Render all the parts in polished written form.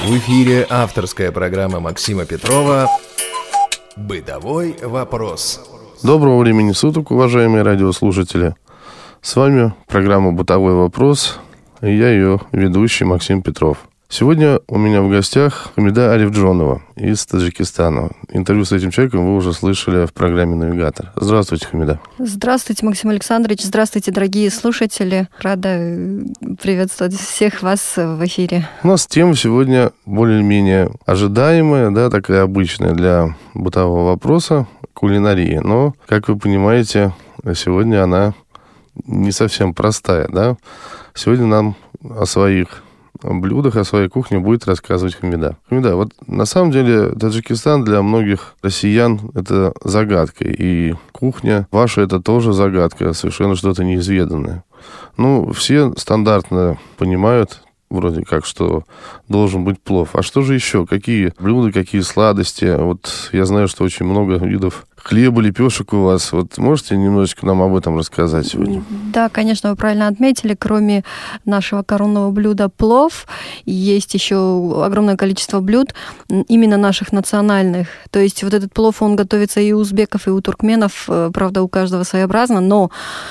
В эфире авторская программа Максима Петрова «Бытовой вопрос». Доброго времени суток, уважаемые радиослушатели. С вами программа «Бытовой вопрос», и я ее ведущий Максим Петров. Сегодня у меня в гостях Хамида Арифджонова из Таджикистана. Интервью с этим человеком вы уже слышали в программе «Навигатор». Здравствуйте, Хамида. Здравствуйте, Максим Александрович. Здравствуйте, дорогие слушатели. Рада приветствовать всех вас в эфире. У нас тема сегодня более-менее ожидаемая, да, такая обычная для бытового вопроса – кулинария. Но, как вы понимаете, сегодня она не совсем простая, да. Сегодня нам о своих блюдах, о своей кухне будет рассказывать Хамида. Хамида, вот на самом деле Таджикистан для многих россиян это загадка, и кухня ваша это тоже загадка, совершенно что-то неизведанное. Ну, все стандартно понимают, вроде как, что должен быть плов. А что же еще? Какие блюда, какие сладости? Вот я знаю, что очень много видов хлеба, лепешек у вас. Вот можете немножечко нам об этом рассказать сегодня? Да, конечно, вы правильно отметили. Кроме нашего коронного блюда плов, есть еще огромное количество блюд именно наших национальных. То есть вот этот плов, он готовится и у узбеков, и у туркменов. Правда, у каждого своеобразно, но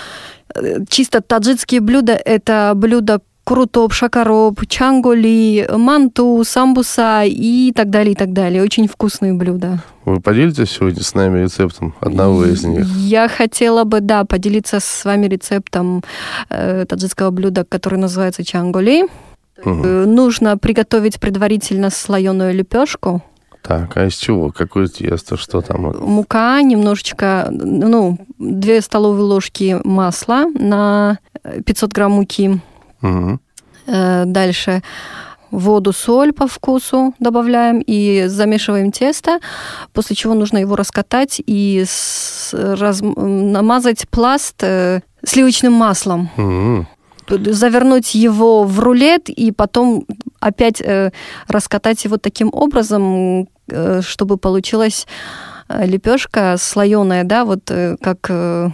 чисто таджикские блюда – это блюда крутоп, шакароп, чанголи, манту, самбуса и так далее, и так далее. Очень вкусные блюда. Вы поделитесь сегодня с нами рецептом одного из них? Я хотела бы, да, поделиться с вами рецептом таджикского блюда, который называется чанголи. Нужно приготовить предварительно слоеную лепешку. Так, а из чего? Какое тесто? Что там? Мука, немножечко, 2 столовые ложки масла на 500 грамм муки. Угу. Дальше воду, соль по вкусу добавляем и замешиваем тесто, после чего нужно его раскатать и намазать пласт сливочным маслом. Угу. Завернуть его в рулет и потом опять раскатать его таким образом, чтобы получилась лепешка слоеная, да, вот как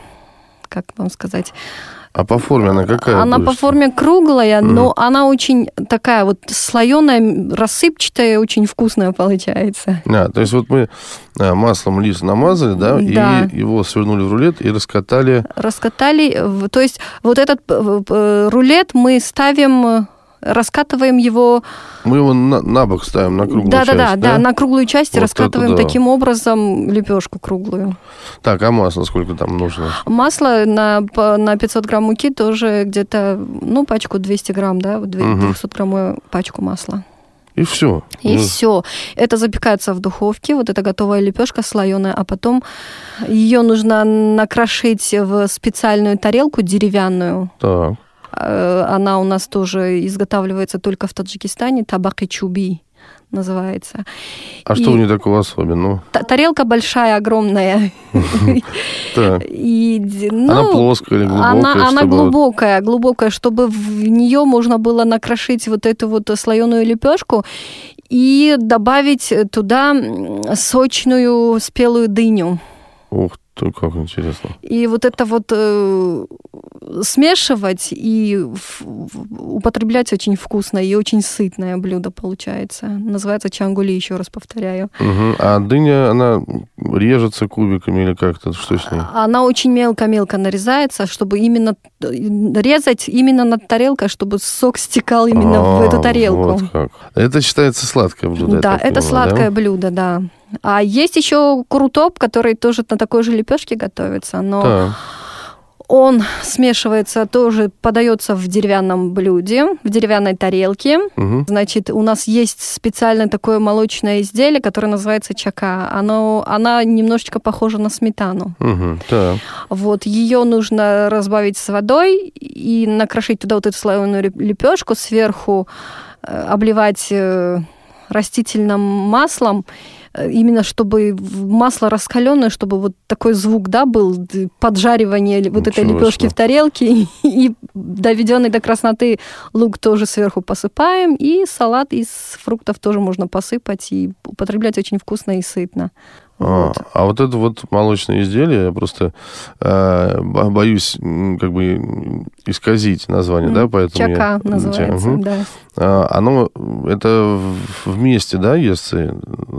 вам сказать... А по форме она какая? Она по форме круглая, но она очень такая вот слоеная, рассыпчатая, очень вкусная получается. То есть вот мы маслом лист намазали, да, и его свернули в рулет и раскатали. То есть вот этот рулет мы ставим... Раскатываем его... Мы его на бок ставим, на круглую часть, Да, на круглую часть вот раскатываем таким образом лепешку круглую. Так, а масло сколько там нужно? Масло на 500 грамм муки тоже где-то, пачку 200 грамм, да, 200-граммовую пачку масла. И все. Все. Это запекается в духовке, вот эта готовая лепешка слоеная, а потом ее нужно накрошить в специальную тарелку деревянную. Так. Она у нас тоже изготавливается только в Таджикистане, табак-и-чуби называется. А что в ней такого особенного? Тарелка большая, огромная. Она плоская или глубокая? Она глубокая, чтобы в нее можно было накрошить вот эту вот слоеную лепешку и добавить туда сочную спелую дыню. Ух ты, как интересно. И вот это вот смешивать и употреблять очень вкусное и очень сытное блюдо получается. Называется чангули, еще раз повторяю. Угу. А дыня, она режется кубиками или как-то? Что с ней? Она очень мелко-мелко нарезается, чтобы именно резать именно над тарелкой, чтобы сок стекал именно в эту тарелку. Вот как. Это считается сладкое блюдо? Да, это сладкое блюдо, да. А есть еще крутоп, который тоже на такой же лепешке готовится, но он смешивается, тоже подается в деревянном блюде, в деревянной тарелке. Угу. Значит, у нас есть специальное такое молочное изделие, которое называется чака. Она немножечко похожа на сметану. Угу, да. Вот, ее нужно разбавить с водой и накрошить туда вот эту слоеную лепешку, сверху обливать растительным маслом, именно чтобы масло раскаленное, чтобы вот такой звук, да, был, поджаривание вот этой лепешки в тарелке, и доведенный до красноты лук тоже сверху посыпаем, и салат из фруктов тоже можно посыпать и употреблять очень вкусно и сытно. А вот это вот молочное изделие, я просто боюсь как бы исказить название, да, поэтому чака называется, да. Оно, это вместе, да, естся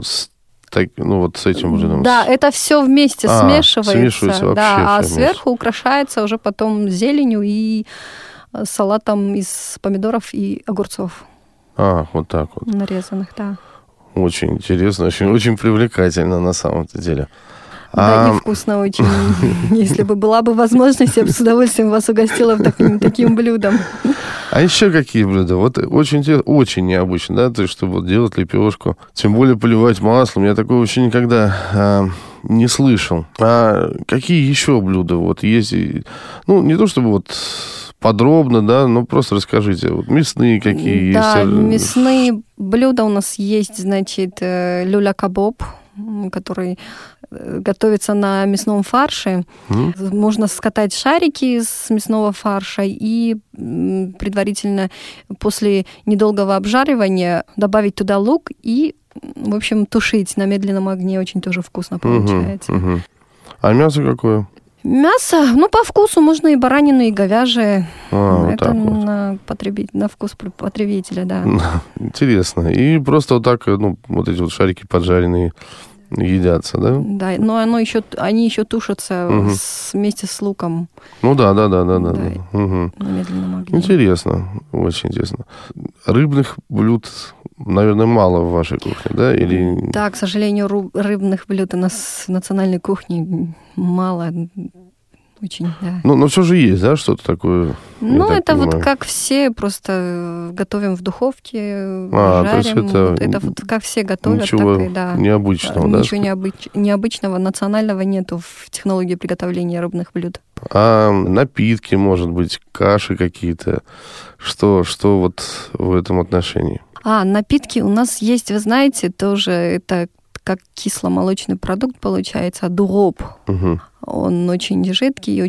с этим блюдом? Да, это все вместе смешивается вообще, да, а вместе. сверху украшается уже потом зеленью и салатом из помидоров и огурцов. Вот так вот. Нарезанных, да. Очень интересно, очень привлекательно на самом-то деле. Да, и вкусно очень. Если бы была бы возможность, я бы с удовольствием вас угостила таким блюдом. А еще какие блюда? Вот очень необычно, да, то есть, чтобы вот делать лепешку, тем более поливать маслом. Я такого вообще никогда не слышал. А какие еще блюда вот есть? Ну, не то чтобы вот подробно, да, но просто расскажите. Вот мясные какие есть? Да, мясные блюда у нас есть, значит, люля-кабоб, который готовится на мясном фарше. Можно скатать шарики из мясного фарша и предварительно после недолгого обжаривания добавить туда лук и, в общем, тушить на медленном огне. Очень тоже вкусно получается. А мясо какое? Мясо, по вкусу можно и баранину, и говяжье. Вот это так вот. на вкус потребителя, да. Интересно. И просто вот так, вот эти вот шарики поджаренные едятся, да? Да, но они еще тушатся вместе с луком. Ну да. На медленном огне. Интересно, очень интересно. Рыбных блюд, наверное, мало в вашей кухне, да? Или... Да, к сожалению, рыбных блюд у нас в национальной кухне мало. Очень, да. Но все же есть, да, что-то такое? Это вот как все, просто готовим в духовке, жарим. Это вот как все готовят, ничего так и да. Необычного, да? Ничего необычного, национального нету в технологии приготовления рыбных блюд. А напитки, может быть, каши какие-то? Что вот в этом отношении? Напитки у нас есть, вы знаете, тоже это как кисломолочный продукт получается, дуроп. Он очень жидкий,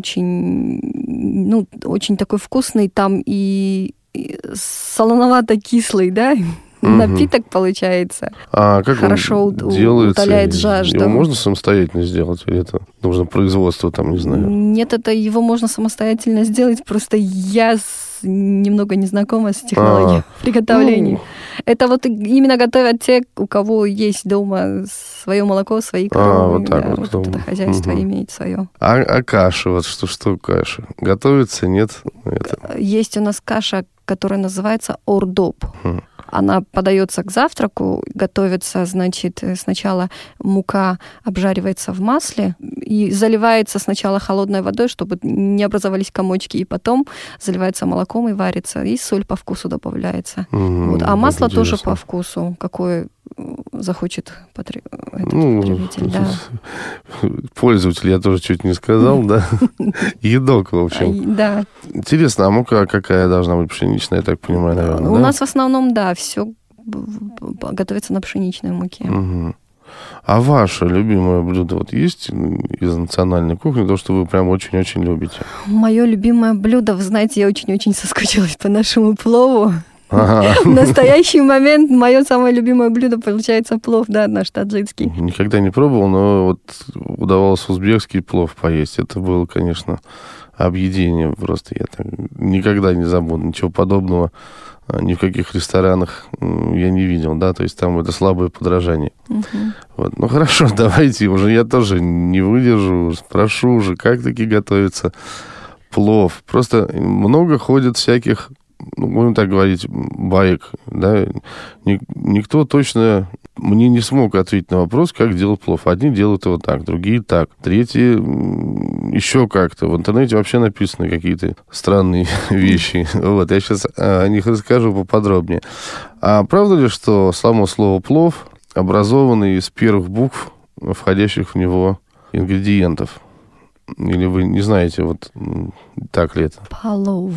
очень такой вкусный, там и солоновато-кислый, да, напиток получается. А как хорошо он делается? Утоляет жажду. Его можно самостоятельно сделать? Или это нужно производство, там, не знаю? Нет, это его можно самостоятельно сделать, просто я немного не знакома с технологией приготовления. Это вот именно готовят те, у кого есть дома свое молоко, свои коровы. Вот так вот. Это хозяйство имеет свое. А каша, вот что каша? Готовится, нет? Есть у нас каша, которая называется ордоп. Она подается к завтраку, готовится, значит, сначала мука обжаривается в масле и заливается сначала холодной водой, чтобы не образовались комочки, и потом заливается молоком и варится, и соль по вкусу добавляется. А масло тоже по вкусу, какое захочет потребитель. Да. Пользователь, я тоже чуть не сказал, да? Едок, в общем. Да. Интересно, а мука какая должна быть? Пшеничная, я так понимаю, наверное, У нас в основном, да, все готовится на пшеничной муке. А ваше любимое блюдо вот есть из национальной кухни, то, что вы прям очень-очень любите? Мое любимое блюдо, вы знаете, я очень-очень соскучилась по нашему плову. В настоящий момент мое самое любимое блюдо получается плов, да, наш таджикский. Никогда не пробовал, но вот удавалось узбекский плов поесть. Это было, конечно, объедение просто. Я так никогда не забуду. Ничего подобного ни в каких ресторанах я не видел, да, то есть там это слабое подражание. Вот. Ну хорошо, давайте уже, я тоже не выдержу, спрошу уже, как таки готовится плов. Просто много ходит всяких, будем так говорить, баек, да, никто точно мне не смог ответить на вопрос, как делать плов. Одни делают его так, другие так, третьи еще как-то. В интернете вообще написаны какие-то странные вещи. Вот, я сейчас о них расскажу поподробнее. А правда ли, что само слово «плов» образовано из первых букв, входящих в него ингредиентов? Или вы не знаете, вот так ли это? Плов.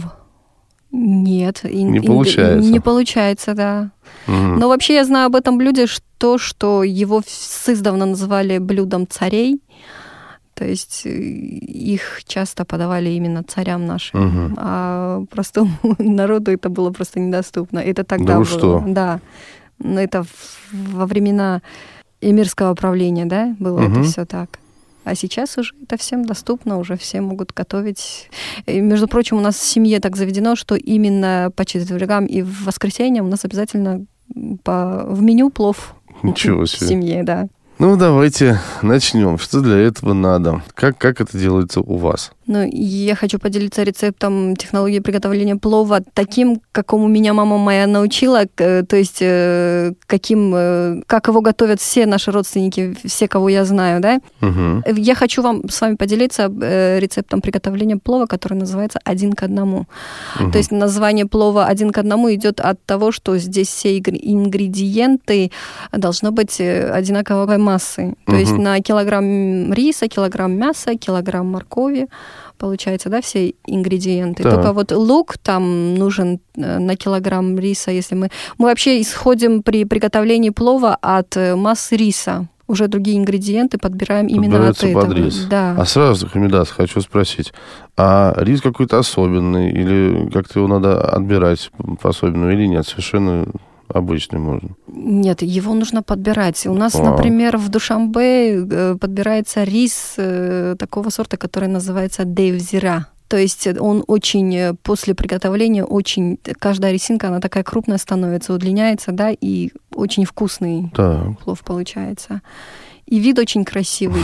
Нет. Не получается. Не получается, да. Но вообще я знаю об этом блюде, что его издавна называли блюдом царей. То есть их часто подавали именно царям нашим. А простому народу это было просто недоступно. Это тогда было. Что? Да. Но это во времена эмирского правления, да, было это все так. А сейчас уже это всем доступно, уже все могут готовить. И, между прочим, у нас в семье так заведено, что именно по четвергам и в воскресенье у нас обязательно в меню плов. Ничего себе. В семье, да. Ну, давайте начнем. Что для этого надо? Как это делается у вас? Ну, я хочу поделиться рецептом технологии приготовления плова таким, какому меня мама моя научила, то есть как его готовят все наши родственники, все, кого я знаю, да. Я хочу с вами поделиться рецептом приготовления плова, который называется 1 к 1. То есть название плова 1 к 1 идет от того, что здесь все ингредиенты должны быть одинаковой массы. То есть на килограмм риса, килограмм мяса, килограмм моркови, получается, да, все ингредиенты. Да. Только вот лук там нужен на килограмм риса, если мы вообще исходим при приготовлении плова от массы риса. Уже другие ингредиенты подбираем именно от этого. Под рис. Да. А сразу, Хамидат, хочу спросить, а рис какой-то особенный или как-то его надо отбирать по-особенному или нет? Совершенно обычный можно. Нет, его нужно подбирать. У нас, например, в Душанбе подбирается рис такого сорта, который называется девзира. То есть он очень, после приготовления, каждая рисинка, она такая крупная становится, удлиняется, да, и очень вкусный плов получается. И вид очень красивый,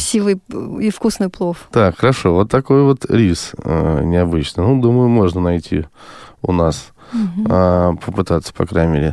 и вкусный плов. Так, хорошо. Вот такой вот рис необычный. Ну, думаю, можно найти у нас. Попытаться, по крайней мере.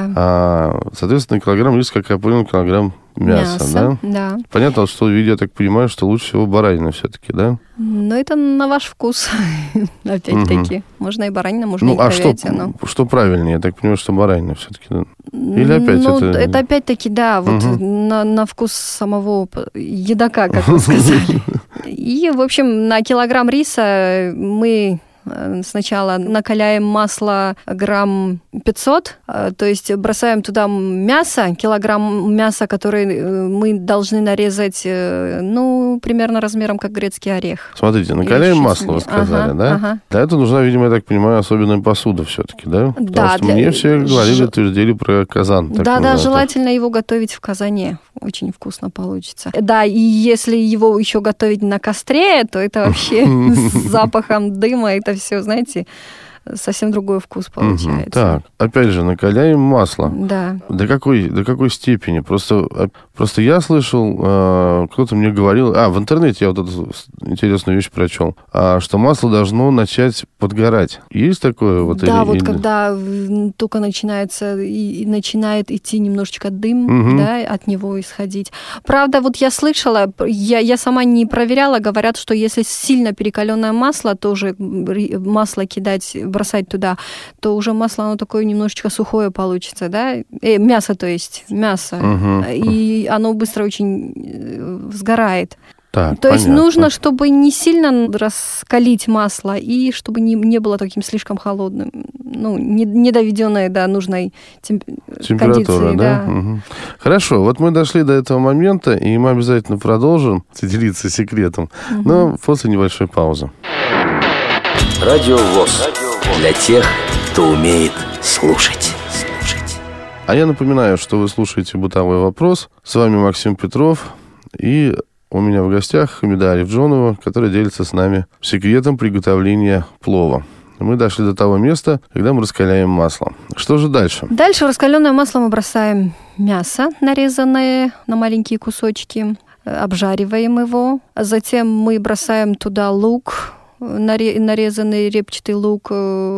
Да. Соответственно, килограмм риса, как я понял, килограмм мяса, да? Да. Понятно, что я так понимаю, что лучше всего баранина все-таки, да? Ну, это на ваш вкус, опять-таки. Можно и баранина, можно и говядина. Что правильнее? Я так понимаю, что баранина все-таки. Или опять это опять-таки, да, вот на вкус самого едока, как вы сказали. И, в общем, на килограмм риса мы сначала накаляем масло грамм 500, то есть бросаем туда мясо, килограмм мяса, который мы должны нарезать, примерно размером как грецкий орех. Смотрите, накаляем масло, вы сказали, да? Ага. Для этого нужна, видимо, я так понимаю, особенная посуда все-таки, да? Потому что мне все говорили, утверждали про казан. Да, желательно его готовить в казане. Очень вкусно получится. Да, и если его еще готовить на костре, то это вообще с запахом дыма, это все, знаете, совсем другой вкус получается. Так, опять же, накаляем масло. Да. До какой степени? Просто я слышал, кто-то мне говорил, в интернете я вот эту интересную вещь прочел, что масло должно начать подгорать. Есть такое? Да, когда только начинает идти немножечко дым, да, от него исходить. Правда, вот я слышала, я сама не проверяла, говорят, что если сильно перекаленное масло, тоже масло бросать туда, то уже масло, оно такое немножечко сухое получится, да? Мясо, то есть, мясо. И оно быстро очень сгорает. Так, то есть нужно, чтобы не сильно раскалить масло и чтобы не было таким слишком холодным, не доведенное до нужной температуры, да? Угу. Хорошо, вот мы дошли до этого момента, и мы обязательно продолжим делиться секретом, но после небольшой паузы. Радио ВОС. Для тех, кто умеет слушать. А я напоминаю, что вы слушаете «Бытовой вопрос». С вами Максим Петров. И у меня в гостях Хамида Арифджонова, которая делится с нами секретом приготовления плова. Мы дошли до того места, когда мы раскаляем масло. Что же дальше? Дальше в раскаленное масло мы бросаем мясо, нарезанное на маленькие кусочки, обжариваем его. Затем мы бросаем туда лук, нарезанный репчатый лук.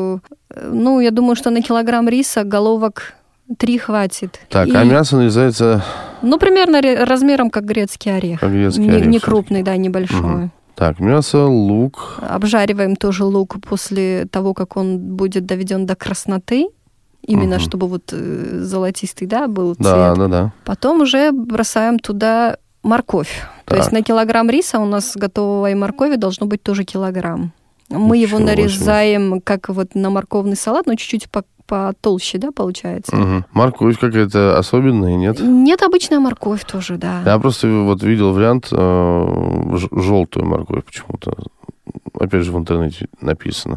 Я думаю, что на килограмм риса головок 3 хватит. Так, а мясо нарезается... примерно размером как грецкий орех. Как грецкий орех. Не крупный, да, небольшой. Так, мясо, лук. Обжариваем тоже лук после того, как он будет доведен до красноты. Именно чтобы золотистый, да, был цвет. Да. Потом уже бросаем туда морковь. То есть на килограмм риса у нас готовой моркови должно быть тоже килограмм. Мы его нарезаем как на морковный салат, но чуть-чуть потолще, да, получается. Морковь какая-то особенная, нет? Нет, обычная морковь тоже, да. Я просто видел вариант желтую морковь почему-то. Опять же, в интернете написано.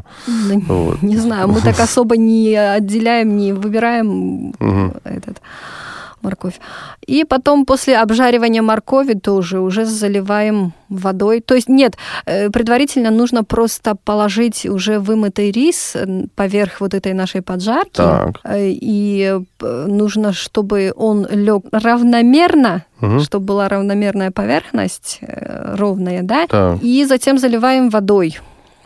Не знаю, мы так особо не отделяем, не выбираем этот. морковь. И потом после обжаривания моркови тоже уже заливаем водой. То есть нет, предварительно нужно просто положить уже вымытый рис поверх вот этой нашей поджарки. Так. И нужно, чтобы он лег равномерно, чтобы была равномерная поверхность, ровная, да? Так. И затем заливаем водой.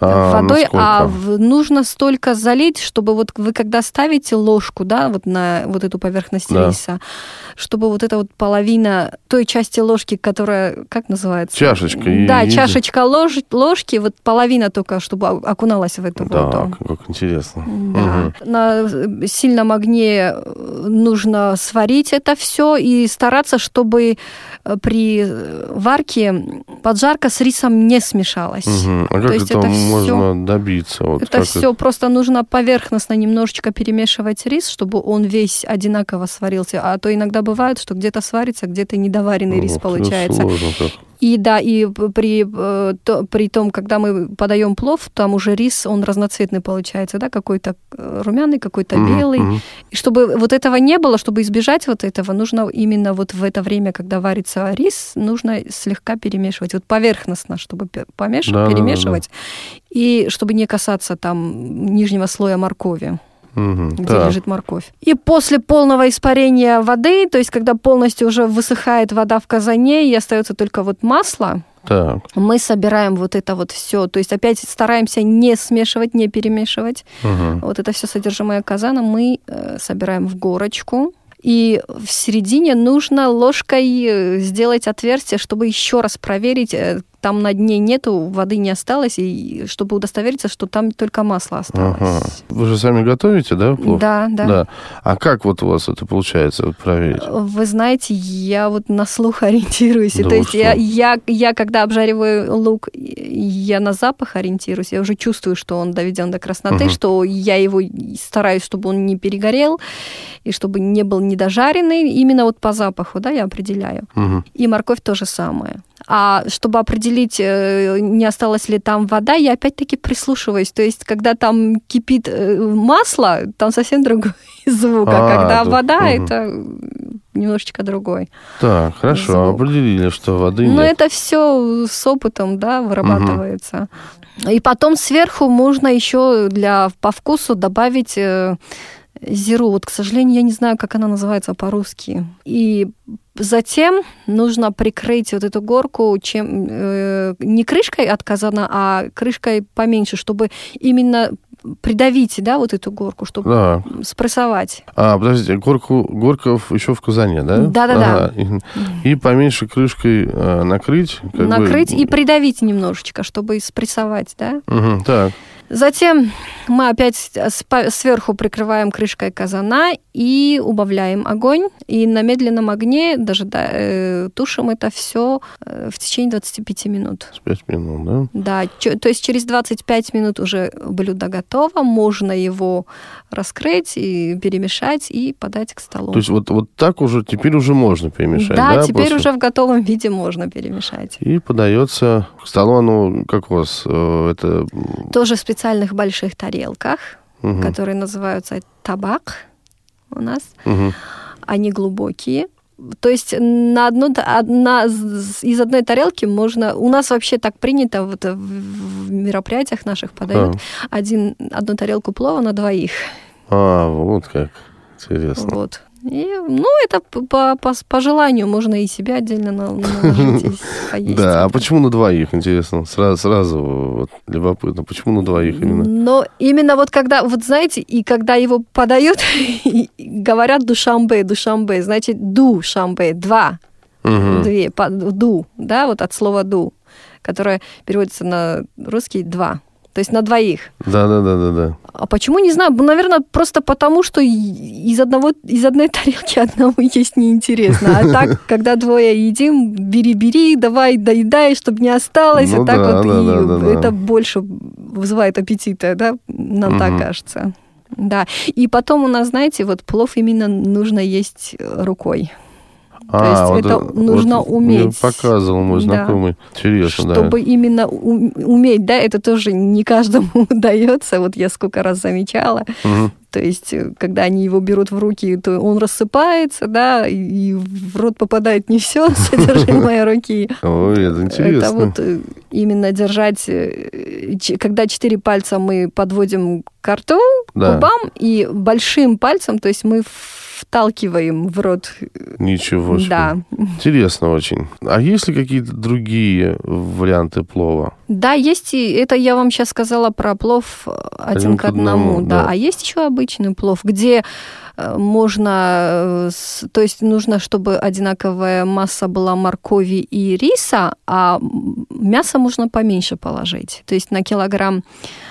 Нужно столько залить, чтобы вот вы когда ставите ложку, да, вот на вот эту поверхность риса, чтобы вот эта вот половина той части ложки, которая, как называется? Чашечка. Да, чашечка ложки, вот половина только, чтобы окуналась в эту воду. Да, как интересно. Да. На сильном огне нужно сварить это все и стараться, чтобы при варке поджарка с рисом не смешалась. А как это можно добиться? Вот это все просто нужно поверхностно немножечко перемешивать рис, чтобы он весь одинаково сварился. А то иногда бывает, что где-то сварится, где-то недоваренный рис получается. И да, и при том, когда мы подаем плов, там уже рис, он разноцветный получается, да, какой-то румяный, какой-то белый. И чтобы вот этого не было, чтобы избежать вот этого, нужно именно вот в это время, когда варится рис, нужно слегка перемешивать, вот поверхностно, чтобы перемешивать, и чтобы не касаться там нижнего слоя моркови. Где лежит морковь. И после полного испарения воды, то есть когда полностью уже высыхает вода в казане и остается только вот масло, мы собираем вот это вот все. То есть опять стараемся не смешивать, не перемешивать. Вот это все содержимое казана мы собираем в горочку. И в середине нужно ложкой сделать отверстие, чтобы еще раз проверить, там на дне нету, воды не осталось, и чтобы удостовериться, что там только масло осталось. Вы же сами готовите, да, плов? Да. А как вот у вас это получается проверить? Вы знаете, я вот на слух ориентируюсь. То есть я когда обжариваю лук, я на запах ориентируюсь, я уже чувствую, что он доведен до красноты, что я его стараюсь, чтобы он не перегорел, и чтобы не был недожаренный. Именно вот по запаху, да, я определяю. И морковь то же самое. А чтобы определить, не осталась ли там вода, я опять-таки прислушиваюсь. То есть, когда там кипит масло, там совсем другой звук. А когда вода, это немножечко другой. Так, хорошо, звук. Определили, что воды нет. Но это все с опытом, да, вырабатывается. И потом сверху можно еще по вкусу добавить зиру. Вот, к сожалению, я не знаю, как она называется по-русски. И затем нужно прикрыть вот эту горку не крышкой от казана, а крышкой поменьше, чтобы именно придавить, да, вот эту горку, чтобы спрессовать. Подождите, горка еще в казане, да? Да. И поменьше крышкой накрыть? Накрыть и придавить немножечко, чтобы спрессовать, да? Так. Затем мы опять сверху прикрываем крышкой казана и убавляем огонь. И на медленном огне тушим это все в течение 25 минут. 25 минут, да? Да, то есть через 25 минут уже блюдо готово, можно его раскрыть и перемешать и подать к столу. То есть вот так уже, теперь уже можно перемешать, да? Да, теперь уже в готовом виде можно перемешать. И подается к столу, оно как у вас? Это... Тоже в специальных больших тарелках, которые называются табак у нас. Они глубокие. То есть из одной тарелки можно... У нас вообще так принято, вот в мероприятиях наших подают одну тарелку плова на двоих. Вот как. Интересно. Вот. И, это по желанию можно и себя отдельно наложить и поесть. Да, а почему на двоих, интересно? Сразу вот, любопытно, почему на двоих именно? Но именно вот когда, вот знаете, и когда его подают, говорят душамбе, значит ду-шамбе, два, две, ду, да, вот от слова ду, которое переводится на русский два. То есть на двоих. Да. А почему, не знаю. Наверное, просто потому, что из одной тарелки одному есть неинтересно. А так, когда двое едим, бери, давай, доедай, чтобы не осталось. Это больше вызывает аппетита, да? Нам так кажется. Да. И потом у нас, знаете, вот плов именно нужно есть рукой. То есть это нужно уметь. Мне показывал мой знакомый. Интересно, чтобы именно уметь, да, это тоже не каждому удается. Вот я сколько раз замечала. То есть, когда они его берут в руки, то он рассыпается, да, и в рот попадает не все содержимое руки. Ой, это интересно. Это вот именно держать, когда 4 пальца мы подводим к рту, Да. губам, и большим пальцем, то есть мы вталкиваем в рот. Ничего себе. Да. Интересно очень. А есть ли какие-то другие варианты плова? Да, есть, и это я вам сейчас сказала про плов один к одному, да. А есть еще обычный плов, где можно, то есть нужно, чтобы одинаковая масса была моркови и риса, а мясо можно поменьше положить. То есть на килограмм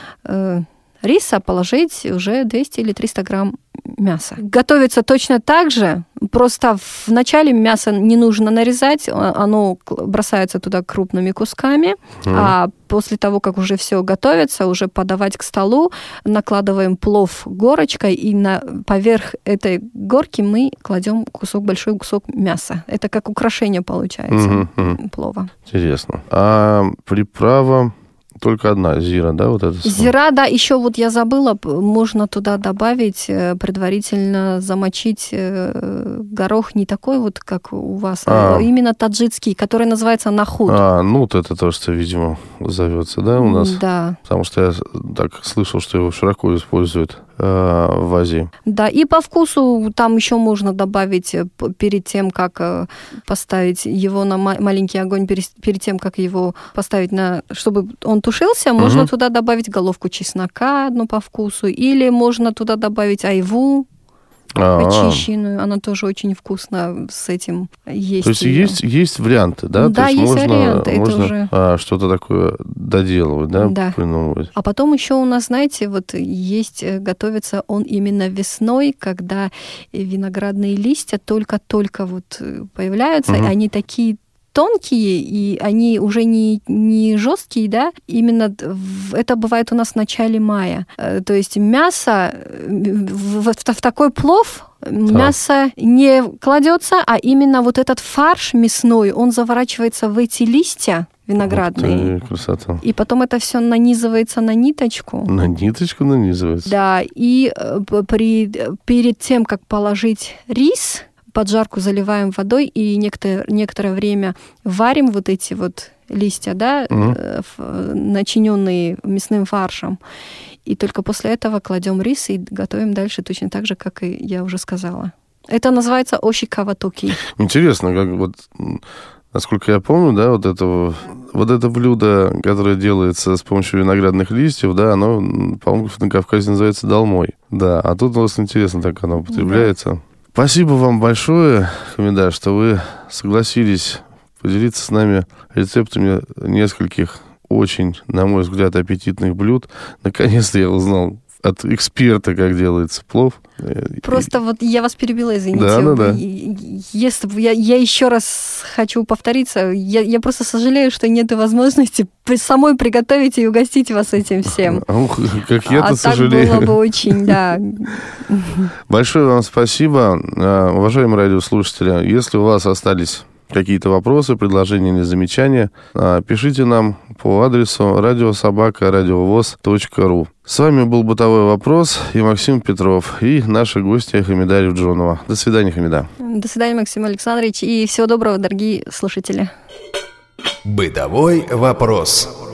риса положить уже 200 или 300 грамм мяса. Готовится точно так же, просто в начале мясо не нужно нарезать, оно бросается туда крупными кусками, а после того, как уже все готовится, уже подавать к столу, накладываем плов горочкой, и поверх этой горки мы кладем большой кусок мяса. Это как украшение получается плова. Интересно. А приправа только одна, зира, да, вот это? Зира, да, еще вот я забыла, можно туда добавить, предварительно замочить горох не такой вот, как у вас, а именно таджикский, который называется нахуд. Нут это то, что, видимо, зовется, да, у нас? Да. Потому что я так слышал, что его широко используют в Азии. Да, и по вкусу там еще можно добавить перед тем, как поставить его на маленький огонь, перед тем, как его поставить чтобы он тушился, можно туда добавить головку чеснока, одну по вкусу, или можно туда добавить айву почищенную, она тоже очень вкусно с этим есть. То есть есть варианты, да? Да, то есть варианты. Можно это уже... что-то такое доделывать, да? Да. Придумывать. А потом еще у нас, знаете, вот готовится он именно весной, когда виноградные листья только-только вот появляются, и они такие тонкие, и они уже не жесткие, да, именно это бывает у нас в начале мая. То есть мясо в такой плов, мясо не кладется, а именно вот этот фарш мясной, он заворачивается в эти листья виноградные. Красота. И потом это все нанизывается на ниточку. На ниточку нанизывается? Да, и перед тем, как положить рис, поджарку заливаем водой и некоторое время варим вот эти вот листья, да, начиненные мясным фаршем. И только после этого кладем рис и готовим дальше точно так же, как и я уже сказала. Это называется ошикаватоки. Интересно, как вот, насколько я помню, да, вот это блюдо, которое делается с помощью виноградных листьев, да, оно, по-моему, на Кавказе называется долмой. Да, а тут у нас интересно, так оно употребляется. Да. Спасибо вам большое, Хамида, что вы согласились поделиться с нами рецептами нескольких очень, на мой взгляд, аппетитных блюд. Наконец-то я узнал от эксперта, как делается плов. Просто вот я вас перебила, извините. Да. Если я еще раз хочу повториться, я просто сожалею, что нет возможности самой приготовить и угостить вас этим всем. Как я-то сожалею. Так было бы очень, да. Большое вам спасибо, уважаемые радиослушатели. Если у вас остались какие-то вопросы, предложения или замечания, пишите нам по адресу radiosobaka.radiovoz.ru. С вами был «Бытовой вопрос» и Максим Петров, и наши гости Хамида Ревджонова. До свидания, Хамида. До свидания, Максим Александрович, и всего доброго, дорогие слушатели. «Бытовой вопрос».